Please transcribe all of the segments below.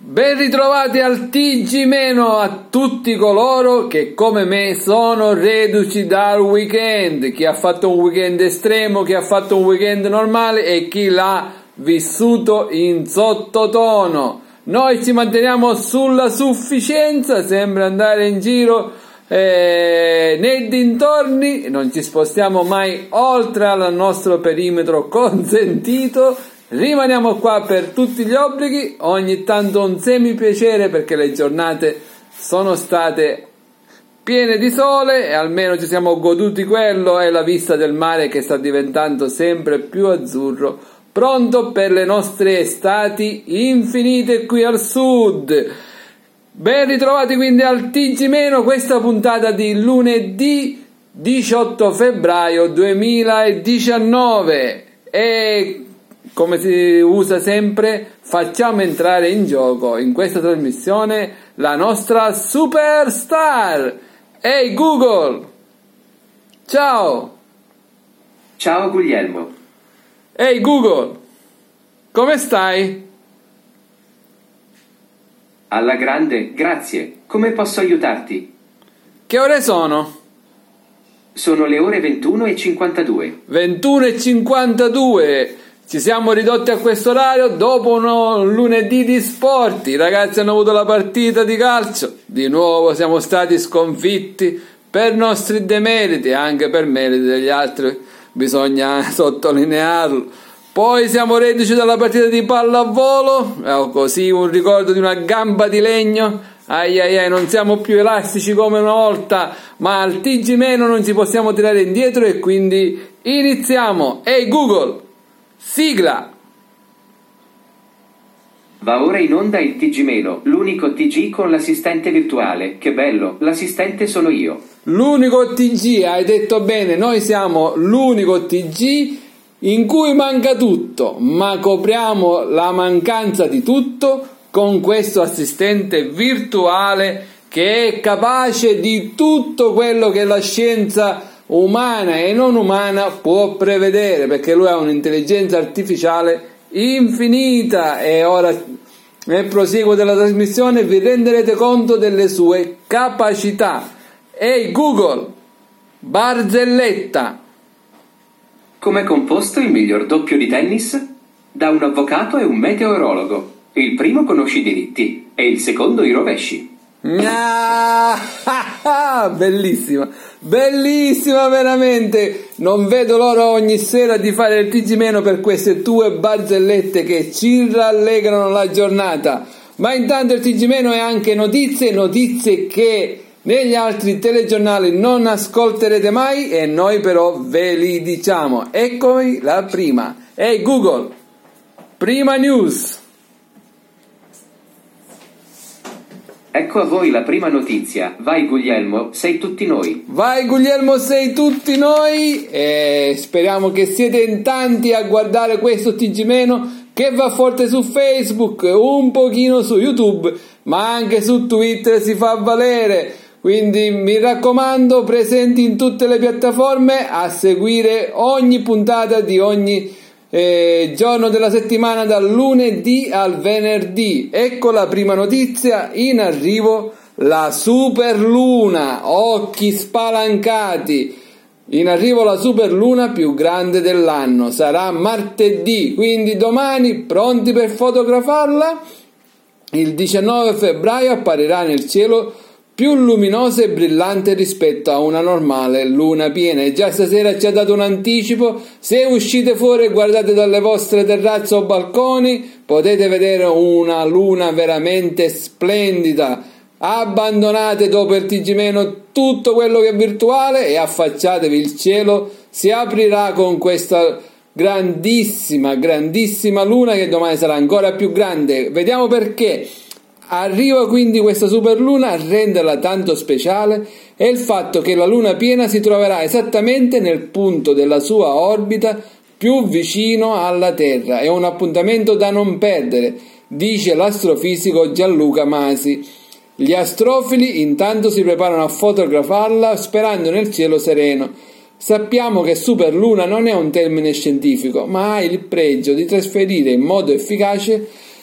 Ben ritrovati al TG- a tutti coloro che come me sono reduci dal weekend, chi ha fatto un weekend estremo, chi ha fatto un weekend normale e chi l'ha vissuto in sottotono. Noi ci manteniamo sulla sufficienza, sembra andare in giro nei dintorni, non ci spostiamo mai oltre al nostro perimetro consentito. Rimaniamo qua per tutti gli obblighi, ogni tanto un semi piacere perché le giornate sono state piene di sole e almeno ci siamo goduti quello e la vista del mare che sta diventando sempre più azzurro, pronto per le nostre estati infinite qui al sud. Ben ritrovati quindi al TG- questa puntata di lunedì 18 febbraio 2019 e come si usa sempre, facciamo entrare in gioco in questa trasmissione la nostra superstar. Ehi Google! Ciao! Ciao Guglielmo! Ehi Google! Come stai? Alla grande, grazie. Come posso aiutarti? Che ore sono? Sono le ore 21:52. 21:52. Ci siamo ridotti a questo orario dopo un lunedì di sport. I ragazzi hanno avuto la partita di calcio. Di nuovo siamo stati sconfitti per nostri demeriti, anche per meriti degli altri, bisogna sottolinearlo. Poi siamo reduci dalla partita di pallavolo, così un ricordo di una gamba di legno. Ai ai ai, non siamo più elastici come una volta, ma al TG- non ci possiamo tirare indietro e quindi iniziamo. Ehi Google! Sigla! Va ora in onda il TG-, l'unico TG con l'assistente virtuale. Che bello, l'assistente sono io. L'unico TG, hai detto bene, noi siamo l'unico TG in cui manca tutto, ma copriamo la mancanza di tutto con questo assistente virtuale che è capace di tutto quello che la scienza umana e non umana può prevedere, perché lui ha un'intelligenza artificiale infinita. E ora nel proseguo della trasmissione vi renderete conto delle sue capacità. Ehi Google, barzelletta. Come è composto il miglior doppio di tennis? Da un avvocato e un meteorologo. Il primo conosce i diritti e il secondo i rovesci. Bellissima, bellissima veramente. Non vedo l'ora ogni sera di fare il TG- per queste tue barzellette che ci rallegrano la giornata. Ma intanto il TG- è anche notizie che negli altri telegiornali non ascolterete mai e noi però ve li diciamo. Eccomi la prima. Ehi Google, prima news. Ecco a voi la prima notizia. Vai Guglielmo, sei tutti noi. Vai Guglielmo, sei tutti noi e speriamo che siete in tanti a guardare questo TG- che va forte su Facebook, un pochino su YouTube, ma anche su Twitter si fa valere. Quindi mi raccomando, presenti in tutte le piattaforme a seguire ogni puntata di ogni giorno della settimana dal lunedì al venerdì. Ecco la prima notizia, in arrivo la superluna, occhi spalancati, in arrivo la superluna più grande dell'anno, sarà martedì, quindi domani pronti per fotografarla. Il 19 febbraio apparirà nel cielo più luminosa e brillante rispetto a una normale luna piena, e già stasera ci ha dato un anticipo. Se uscite fuori e guardate dalle vostre terrazze o balconi potete vedere una luna veramente splendida. Abbandonate dopo il TG- tutto quello che è virtuale e affacciatevi, il cielo si aprirà con questa grandissima luna che domani sarà ancora più grande. Vediamo perché. Arriva quindi questa superluna, a renderla tanto speciale è il fatto che la luna piena si troverà esattamente nel punto della sua orbita più vicino alla Terra. È un appuntamento da non perdere, dice l'astrofisico Gianluca Masi. Gli astrofili intanto si preparano a fotografarla sperando nel cielo sereno. Sappiamo che superluna non è un termine scientifico, ma ha il pregio di trasferire in modo efficace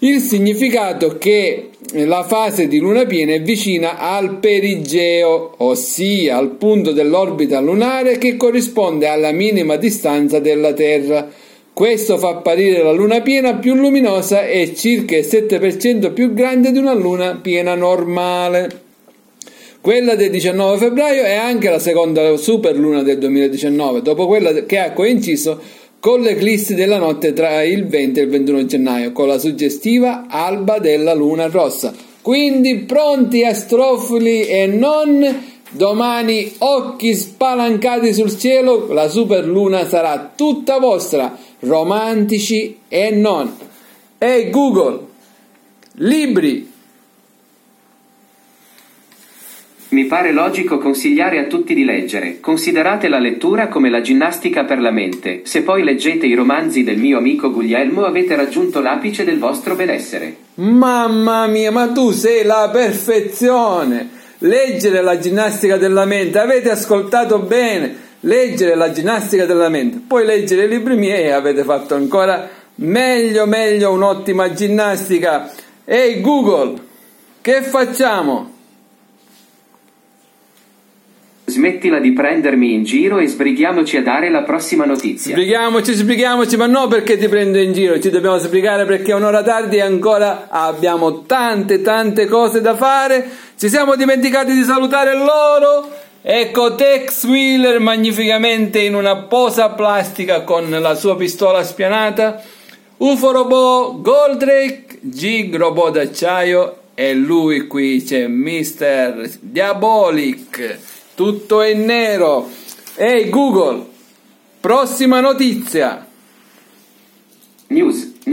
Il significato che la fase di luna piena è vicina al perigeo, ossia al punto dell'orbita lunare che corrisponde alla minima distanza della Terra. Questo fa apparire la luna piena più luminosa e circa il 7% più grande di una luna piena normale. Quella del 19 febbraio è anche la seconda superluna del 2019, dopo quella che ha coinciso con l'eclissi della notte tra il 20 e il 21 gennaio, con la suggestiva alba della luna rossa. Quindi pronti astrofili e non, domani occhi spalancati sul cielo, la superluna sarà tutta vostra, romantici e non. Ehi Google, libri. Mi pare logico consigliare a tutti di leggere. Considerate la lettura come la ginnastica per la mente. Se poi leggete i romanzi del mio amico Guglielmo avete raggiunto l'apice del vostro benessere. Mamma mia, ma tu sei la perfezione! Leggere la ginnastica della mente, avete ascoltato bene? Leggere la ginnastica della mente, poi leggere i libri miei e avete fatto ancora meglio, un'ottima ginnastica. Ehi Google, che facciamo? Smettila di prendermi in giro e sbrighiamoci a dare la prossima notizia. Sbrighiamoci, ma no perché ti prendo in giro, ci dobbiamo sbrigare perché è un'ora tardi e ancora abbiamo tante cose da fare. Ci siamo dimenticati di salutare loro. Ecco Tex Wheeler magnificamente in una posa plastica con la sua pistola spianata, UFO Robot, Goldrake, Gig Robot d'acciaio e lui qui c'è Mr. Diabolic. Tutto è nero. Ehi Google, prossima notizia. News.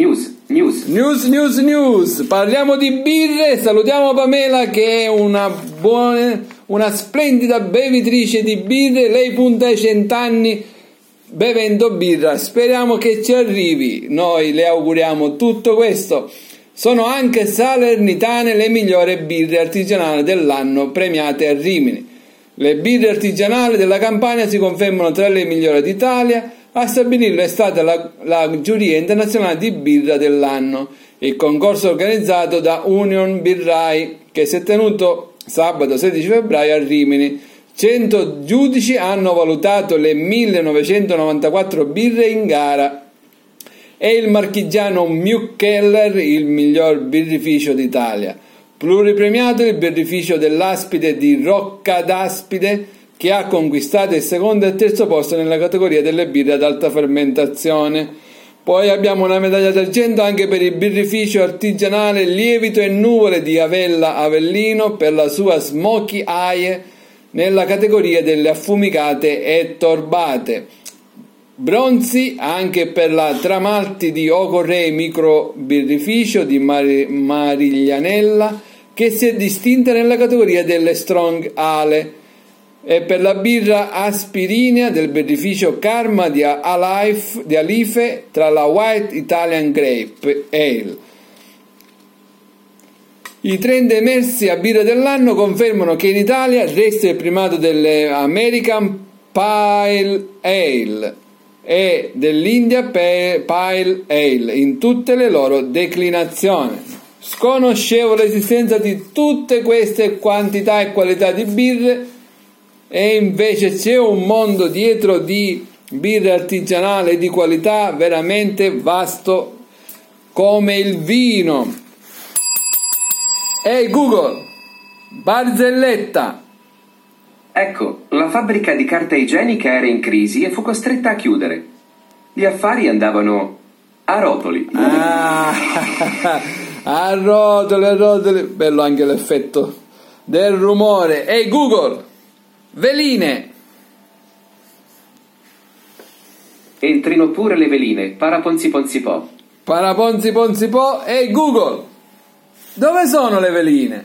Parliamo di birre. Salutiamo Pamela che è una splendida bevitrice di birre. Lei punta ai 100 anni bevendo birra. Speriamo che ci arrivi. Noi le auguriamo tutto questo. Sono anche salernitane le migliori birre artigianali dell'anno premiate a Rimini. Le birre artigianali della Campania si confermano tra le migliori d'Italia. A stabilirlo è stata la giuria internazionale di birra dell'anno, il concorso organizzato da Union Birrai che si è tenuto sabato 16 febbraio a Rimini. 100 giudici hanno valutato le 1994 birre in gara e il marchigiano Muk Keller il miglior birrificio d'Italia. Pluripremiato il birrificio dell'Aspide di Rocca d'Aspide che ha conquistato il secondo e il terzo posto nella categoria delle birre ad alta fermentazione. Poi abbiamo una medaglia d'argento anche per il birrificio artigianale Lievito e Nuvole di Avella Avellino per la sua Smoky Eye nella categoria delle affumicate e torbate. Bronzi anche per la Tramalti di Ocorrei Micro Birrificio di Mariglianella che si è distinta nella categoria delle Strong Ale e per la birra Aspirinea del birrificio Karma di Alife tra la White Italian Grape Ale. I trend emersi a birra dell'anno confermano che in Italia resta il primato delle American Pale Ale e dell'India Pale Ale in tutte le loro declinazioni. Sconoscevo l'esistenza di tutte queste quantità e qualità di birre e invece c'è un mondo dietro di birra artigianale e di qualità veramente vasto come il vino. Ehi Google, barzelletta. Ecco, la fabbrica di carta igienica era in crisi e fu costretta a chiudere. Gli affari andavano a rotoli. A rotoli. Bello anche l'effetto del rumore. Ehi Google, veline. Entrino pure le veline, paraponzi ponzi po'. Paraponzi ponzi po'. Ehi Google, dove sono le veline?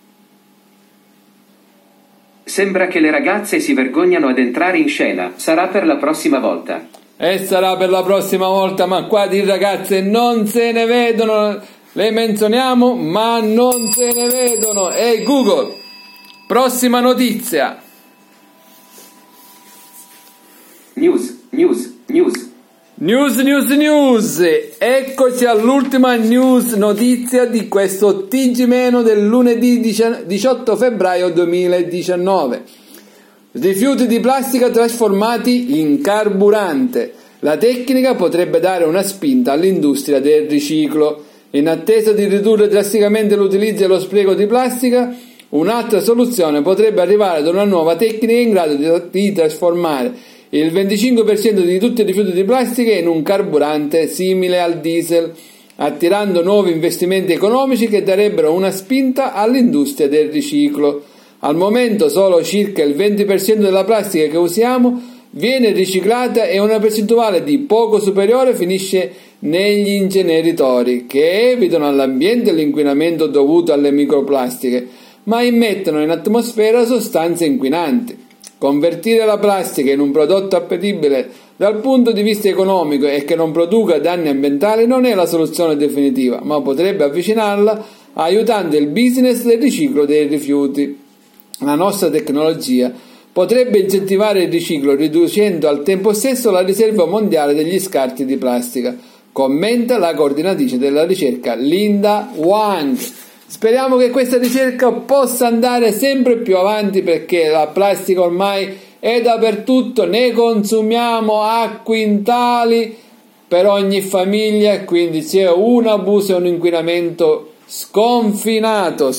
Sembra che le ragazze si vergognano ad entrare in scena. Sarà per la prossima volta. E sarà per la prossima volta, ma qua di ragazze non se ne vedono. Le menzioniamo, ma non se ne vedono. Ehi Google, prossima notizia. News. News, eccoci all'ultima notizia di questo TG- del lunedì 18 febbraio 2019. Rifiuti di plastica trasformati in carburante. La tecnica potrebbe dare una spinta all'industria del riciclo. In attesa di ridurre drasticamente l'utilizzo e lo spreco di plastica, un'altra soluzione potrebbe arrivare da una nuova tecnica in grado di trasformare il 25% di tutti i rifiuti di plastica in un carburante simile al diesel, attirando nuovi investimenti economici che darebbero una spinta all'industria del riciclo. Al momento solo circa il 20% della plastica che usiamo viene riciclata e una percentuale di poco superiore finisce negli inceneritori, che evitano all'ambiente l'inquinamento dovuto alle microplastiche, ma immettono in atmosfera sostanze inquinanti. Convertire la plastica in un prodotto appetibile dal punto di vista economico e che non produca danni ambientali non è la soluzione definitiva, ma potrebbe avvicinarla aiutando il business del riciclo dei rifiuti. La nostra tecnologia potrebbe incentivare il riciclo riducendo al tempo stesso la riserva mondiale degli scarti di plastica, commenta la coordinatrice della ricerca Linda Wang. Speriamo che questa ricerca possa andare sempre più avanti, perché la plastica ormai è dappertutto, ne consumiamo a quintali per ogni famiglia e quindi c'è un abuso e un inquinamento sconfinato.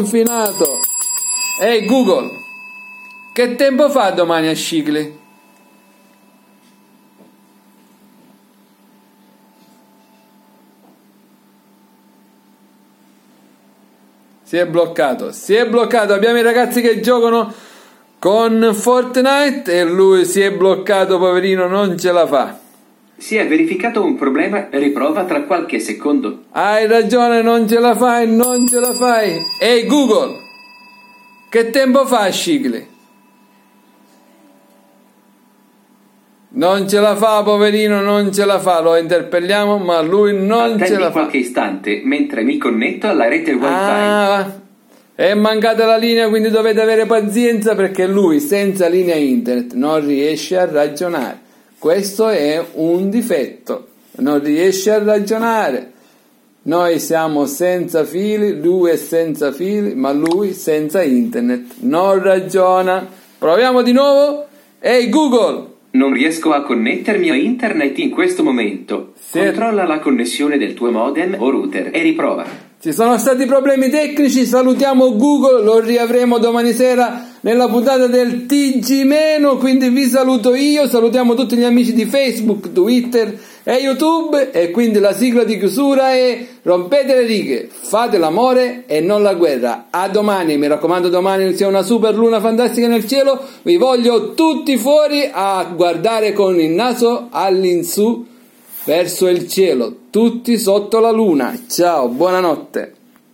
Ehi Google, che tempo fa domani a Scicli? Si è bloccato, abbiamo i ragazzi che giocano con Fortnite e lui si è bloccato, poverino, non ce la fa. Si è verificato un problema, riprova tra qualche secondo. Hai ragione, non ce la fai. Ehi Google, che tempo fa a Scicli? Non ce la fa, poverino, lo interpelliamo, ma lui non ce la fa. Qualche istante mentre mi connetto alla rete wifi. È mancata la linea, quindi dovete avere pazienza, perché lui senza linea internet non riesce a ragionare. Questo è un difetto, non riesce a ragionare. Noi siamo senza fili, lui è senza fili, ma lui senza internet non ragiona. Proviamo di nuovo. Ehi Google, non riesco a connettermi a internet in questo momento. Controlla la connessione del tuo modem o router e riprova. Ci sono stati problemi tecnici, salutiamo Google, lo riavremo domani sera nella puntata del TG-, quindi vi saluto io, salutiamo tutti gli amici di Facebook, Twitter e YouTube, e quindi la sigla di chiusura è: rompete le righe, fate l'amore e non la guerra. A domani, mi raccomando, domani sia una super luna fantastica nel cielo, vi voglio tutti fuori a guardare con il naso all'insù verso il cielo, tutti sotto la luna. Ciao, buonanotte.